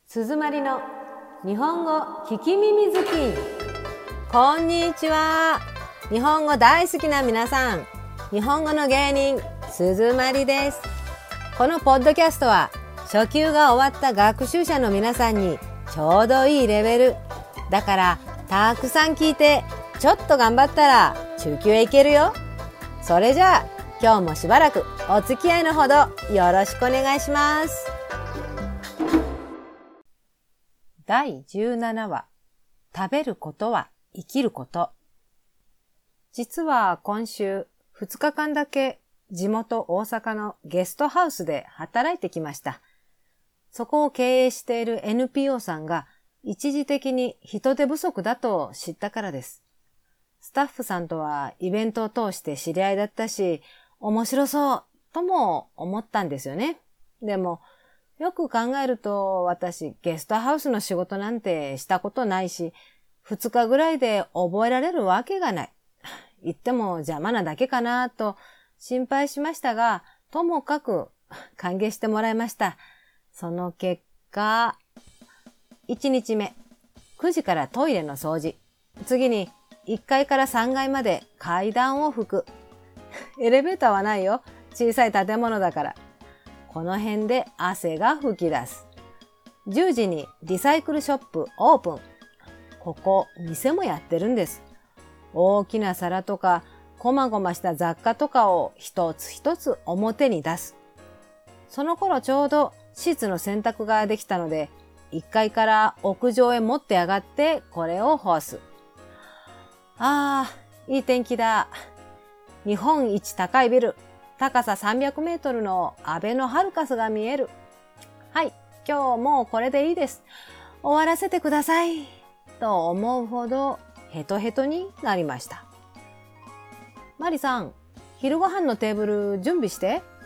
鈴まりの日本語聞き耳好き。こんにちは。日本語大好きな皆さん、日本語の芸人鈴まりです。このポッドキャストは初級が終わった学習者の皆さんにちょうどいいレベルだから、たくさん聞いてちょっと頑張ったら中級へ行けるよ。それじゃあ今日もしばらくお付き合いのほどよろしくお願いします。第17話、食べることは生きること。実は今週2日間だけ地元大阪のゲストハウスで働いてきました。そこを経営している NPO さんが一時的に人手不足だと知ったからです。スタッフさんとはイベントを通して知り合いだったし、面白そうとも思ったんですよね。でもよく考えると、私ゲストハウスの仕事なんてしたことないし、2日ぐらいで覚えられるわけがない。言っても邪魔なだけかなと心配しましたが、ともかく歓迎してもらいました。その結果、1日目、9時からトイレの掃除。次に1階から3階まで階段を拭く。エレベーターはないよ。小さい建物だから。この辺で汗が噴き出す。10時にリサイクルショップオープン。ここ店もやってるんです。大きな皿とかこまごました雑貨とかを一つ一つ表に出す。その頃ちょうどシーツの洗濯ができたので、1階から屋上へ持って上がってこれを干す。いい天気だ。日本一高いビル。高さ300メートルのアベノハルカスが見える。はい、今日もうこれでいいです。終わらせてください。と思うほどヘトヘトになりました。マリさん、昼ご飯のテーブル準備して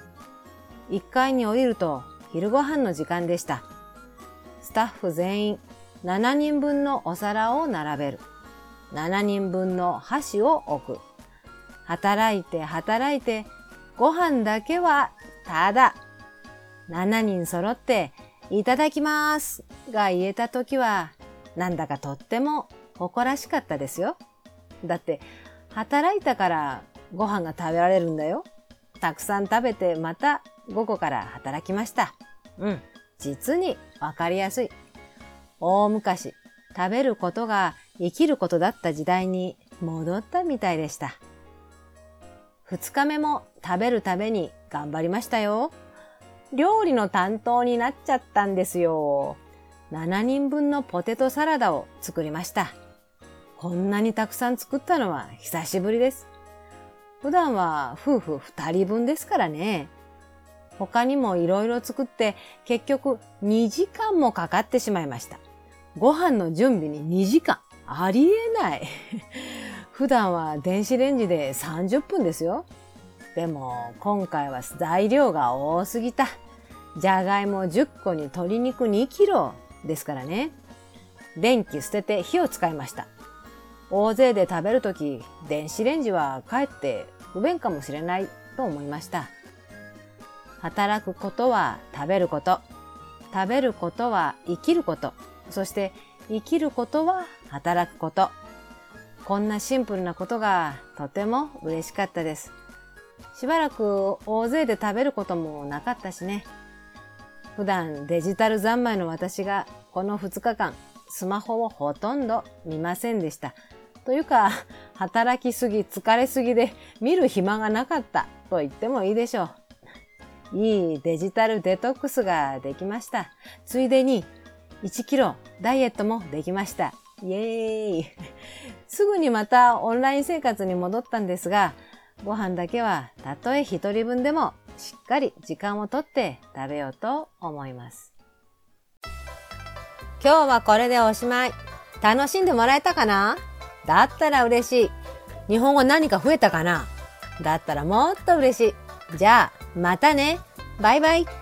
。1階に降りると昼ご飯の時間でした。スタッフ全員7人分のお皿を並べる。7人分の箸を置く。働いて、ご飯だけはただ。7人揃っていただきますが言えたときは、なんだかとっても誇らしかったですよ。だって働いたからご飯が食べられるんだよ。たくさん食べてまた午後から働きました。実にわかりやすい。大昔、食べることが生きることだった時代に戻ったみたいでした。2日目も食べるために頑張りましたよ。料理の担当になっちゃったんですよ。7人分のポテトサラダを作りました。こんなにたくさん作ったのは久しぶりです。普段は夫婦2人分ですからね。他にもいろいろ作って結局2時間もかかってしまいました。ご飯の準備に2時間。ありえない。普段は電子レンジで30分ですよ。でも今回は材料が多すぎた。じゃがいも10個に鶏肉2キロですからね。電気捨てて火を使いました。大勢で食べるとき、電子レンジはかえって不便かもしれないと思いました。働くことは食べること。食べることは生きること。そして生きることは働くこと。こんなシンプルなことがとても嬉しかったです。しばらく大勢で食べることもなかったしね。普段デジタル三昧の私がこの2日間スマホをほとんど見ませんでした。というか、働きすぎ疲れすぎで見る暇がなかったと言ってもいいでしょう。いいデジタルデトックスができました。ついでに1キロダイエットもできました。イエーイ。すぐにまたオンライン生活に戻ったんですが、ご飯だけはたとえ1人分でもしっかり時間をとって食べようと思います。今日はこれでおしまい。楽しんでもらえたかな？だったら嬉しい。日本語何か増えたかな？だったらもっと嬉しい。じゃあまたね。バイバイ。